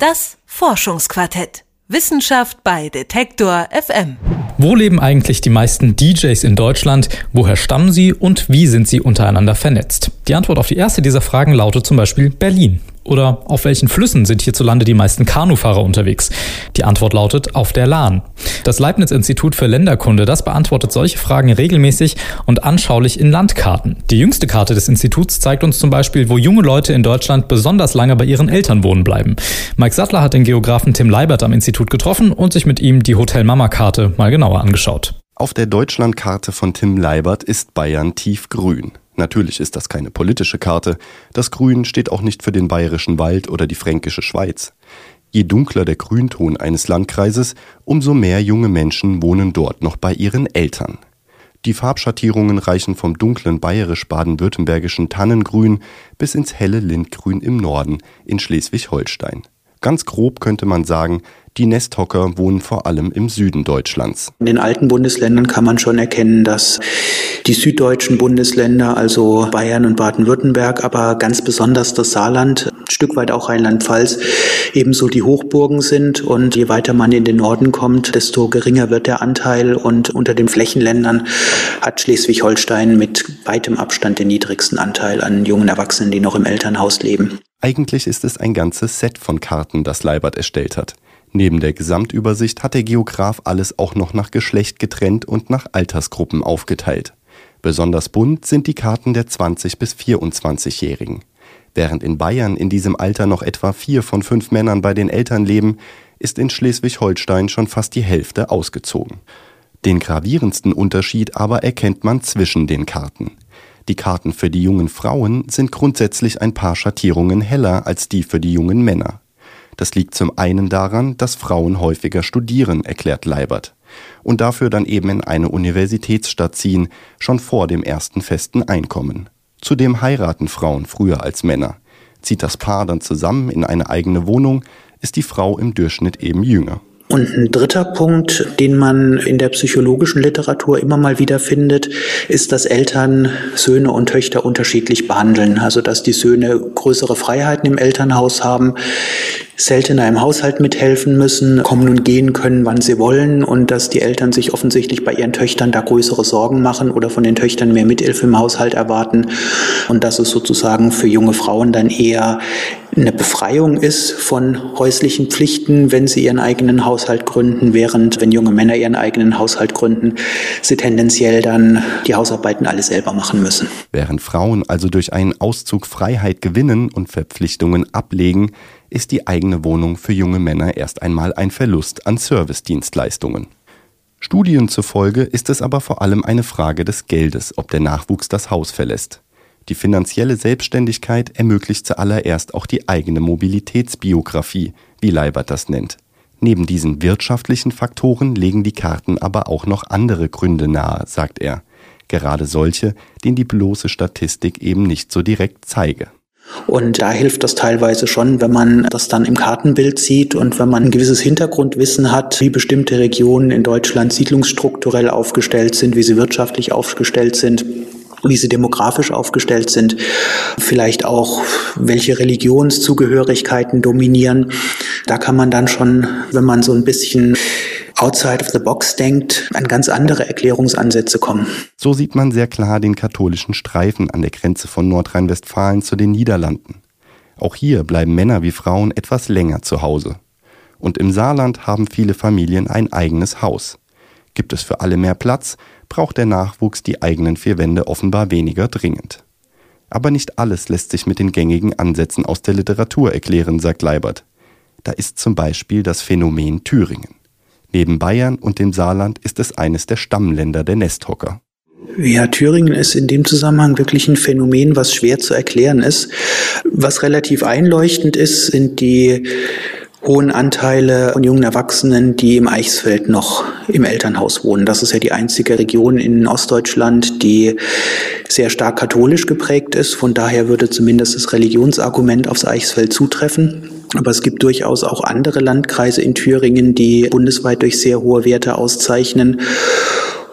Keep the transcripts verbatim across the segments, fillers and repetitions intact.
Das Forschungsquartett. Wissenschaft bei Detektor F M. Wo leben eigentlich die meisten D Js in Deutschland? Woher stammen sie und wie sind sie untereinander vernetzt? Die Antwort auf die erste dieser Fragen lautet zum Beispiel Berlin. Oder auf welchen Flüssen sind hierzulande die meisten Kanufahrer unterwegs? Die Antwort lautet auf der Lahn. Das Leibniz-Institut für Länderkunde, das beantwortet solche Fragen regelmäßig und anschaulich in Landkarten. Die jüngste Karte des Instituts zeigt uns zum Beispiel, wo junge Leute in Deutschland besonders lange bei ihren Eltern wohnen bleiben. Mike Sattler hat den Geografen Tim Leibert am Institut getroffen und sich mit ihm die Hotel-Mama-Karte mal genauer angeschaut. Auf der Deutschlandkarte von Tim Leibert ist Bayern tiefgrün. Natürlich ist das keine politische Karte. Das Grün steht auch nicht für den Bayerischen Wald oder die Fränkische Schweiz. Je dunkler der Grünton eines Landkreises, umso mehr junge Menschen wohnen dort noch bei ihren Eltern. Die Farbschattierungen reichen vom dunklen bayerisch-baden-württembergischen Tannengrün bis ins helle Lindgrün im Norden in Schleswig-Holstein. Ganz grob könnte man sagen, die Nesthocker wohnen vor allem im Süden Deutschlands. In den alten Bundesländern kann man schon erkennen, dass die süddeutschen Bundesländer, also Bayern und Baden-Württemberg, aber ganz besonders das Saarland, ein Stück weit auch Rheinland-Pfalz, ebenso die Hochburgen sind. Und je weiter man in den Norden kommt, desto geringer wird der Anteil. Und unter den Flächenländern hat Schleswig-Holstein mit weitem Abstand den niedrigsten Anteil an jungen Erwachsenen, die noch im Elternhaus leben. Eigentlich ist es ein ganzes Set von Karten, das Leibert erstellt hat. Neben der Gesamtübersicht hat der Geograf alles auch noch nach Geschlecht getrennt und nach Altersgruppen aufgeteilt. Besonders bunt sind die Karten der zwanzig- bis vierundzwanzigjährigen. Während in Bayern in diesem Alter noch etwa vier von fünf Männern bei den Eltern leben, ist in Schleswig-Holstein schon fast die Hälfte ausgezogen. Den gravierendsten Unterschied aber erkennt man zwischen den Karten. Die Karten für die jungen Frauen sind grundsätzlich ein paar Schattierungen heller als die für die jungen Männer. Das liegt zum einen daran, dass Frauen häufiger studieren, erklärt Leibert, und dafür dann eben in eine Universitätsstadt ziehen, schon vor dem ersten festen Einkommen. Zudem heiraten Frauen früher als Männer. Zieht das Paar dann zusammen in eine eigene Wohnung, ist die Frau im Durchschnitt eben jünger. Und ein dritter Punkt, den man in der psychologischen Literatur immer mal wieder findet, ist, dass Eltern Söhne und Töchter unterschiedlich behandeln. Also dass die Söhne größere Freiheiten im Elternhaus haben, seltener im Haushalt mithelfen müssen, kommen und gehen können, wann sie wollen, und dass die Eltern sich offensichtlich bei ihren Töchtern da größere Sorgen machen oder von den Töchtern mehr Mithilfe im Haushalt erwarten, und dass es sozusagen für junge Frauen dann eher eine Befreiung ist von häuslichen Pflichten, wenn sie ihren eigenen Haushalt gründen, während wenn junge Männer ihren eigenen Haushalt gründen, sie tendenziell dann die Hausarbeiten alle selber machen müssen. Während Frauen also durch einen Auszug Freiheit gewinnen und Verpflichtungen ablegen, ist die eigene Wohnung für junge Männer erst einmal ein Verlust an Servicedienstleistungen. Studien zufolge ist es aber vor allem eine Frage des Geldes, ob der Nachwuchs das Haus verlässt. Die finanzielle Selbstständigkeit ermöglicht zuallererst auch die eigene Mobilitätsbiografie, wie Leibert das nennt. Neben diesen wirtschaftlichen Faktoren legen die Karten aber auch noch andere Gründe nahe, sagt er. Gerade solche, denen die bloße Statistik eben nicht so direkt zeige. Und da hilft das teilweise schon, wenn man das dann im Kartenbild sieht und wenn man ein gewisses Hintergrundwissen hat, wie bestimmte Regionen in Deutschland siedlungsstrukturell aufgestellt sind, wie sie wirtschaftlich aufgestellt sind, wie sie demografisch aufgestellt sind, vielleicht auch welche Religionszugehörigkeiten dominieren. Da kann man dann schon, wenn man so ein bisschen outside of the box denkt, an ganz andere Erklärungsansätze kommen. So sieht man sehr klar den katholischen Streifen an der Grenze von Nordrhein-Westfalen zu den Niederlanden. Auch hier bleiben Männer wie Frauen etwas länger zu Hause. Und im Saarland haben viele Familien ein eigenes Haus. Gibt es für alle mehr Platz, braucht der Nachwuchs die eigenen vier Wände offenbar weniger dringend. Aber nicht alles lässt sich mit den gängigen Ansätzen aus der Literatur erklären, sagt Leibert. Da ist zum Beispiel das Phänomen Thüringen. Neben Bayern und dem Saarland ist es eines der Stammländer der Nesthocker. Ja, Thüringen ist in dem Zusammenhang wirklich ein Phänomen, was schwer zu erklären ist. Was relativ einleuchtend ist, sind die hohen Anteile von jungen Erwachsenen, die im Eichsfeld noch im Elternhaus wohnen. Das ist ja die einzige Region in Ostdeutschland, die sehr stark katholisch geprägt ist. Von daher würde zumindest das Religionsargument aufs Eichsfeld zutreffen. Aber es gibt durchaus auch andere Landkreise in Thüringen, die bundesweit durch sehr hohe Werte auszeichnen.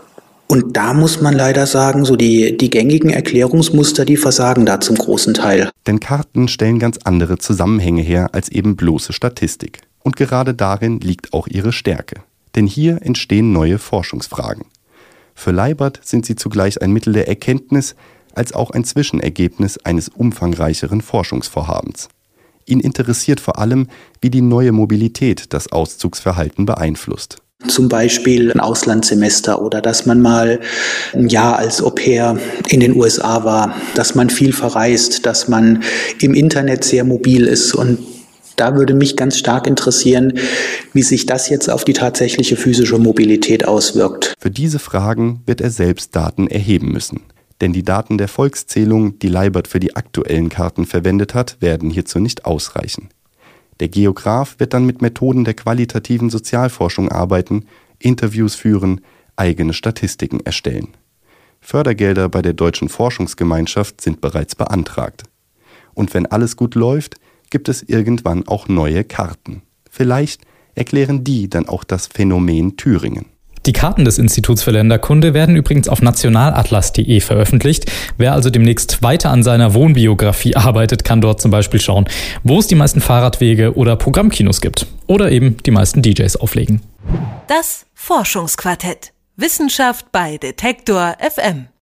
Und da muss man leider sagen, so die, die gängigen Erklärungsmuster, die versagen da zum großen Teil. Denn Karten stellen ganz andere Zusammenhänge her als eben bloße Statistik. Und gerade darin liegt auch ihre Stärke. Denn hier entstehen neue Forschungsfragen. Für Leibert sind sie zugleich ein Mittel der Erkenntnis, als auch ein Zwischenergebnis eines umfangreicheren Forschungsvorhabens. Ihn interessiert vor allem, wie die neue Mobilität das Auszugsverhalten beeinflusst. Zum Beispiel ein Auslandssemester oder dass man mal ein Jahr als Au-pair in den U S A war, dass man viel verreist, dass man im Internet sehr mobil ist. Und da würde mich ganz stark interessieren, wie sich das jetzt auf die tatsächliche physische Mobilität auswirkt. Für diese Fragen wird er selbst Daten erheben müssen. Denn die Daten der Volkszählung, die Leibert für die aktuellen Karten verwendet hat, werden hierzu nicht ausreichen. Der Geograph wird dann mit Methoden der qualitativen Sozialforschung arbeiten, Interviews führen, eigene Statistiken erstellen. Fördergelder bei der Deutschen Forschungsgemeinschaft sind bereits beantragt. Und wenn alles gut läuft, gibt es irgendwann auch neue Karten. Vielleicht erklären die dann auch das Phänomen Thüringen. Die Karten des Instituts für Länderkunde werden übrigens auf nationalatlas punkt de veröffentlicht. Wer also demnächst weiter an seiner Wohnbiografie arbeitet, kann dort zum Beispiel schauen, wo es die meisten Fahrradwege oder Programmkinos gibt. Oder eben die meisten D Js auflegen. Das Forschungsquartett. Wissenschaft bei Detektor F M.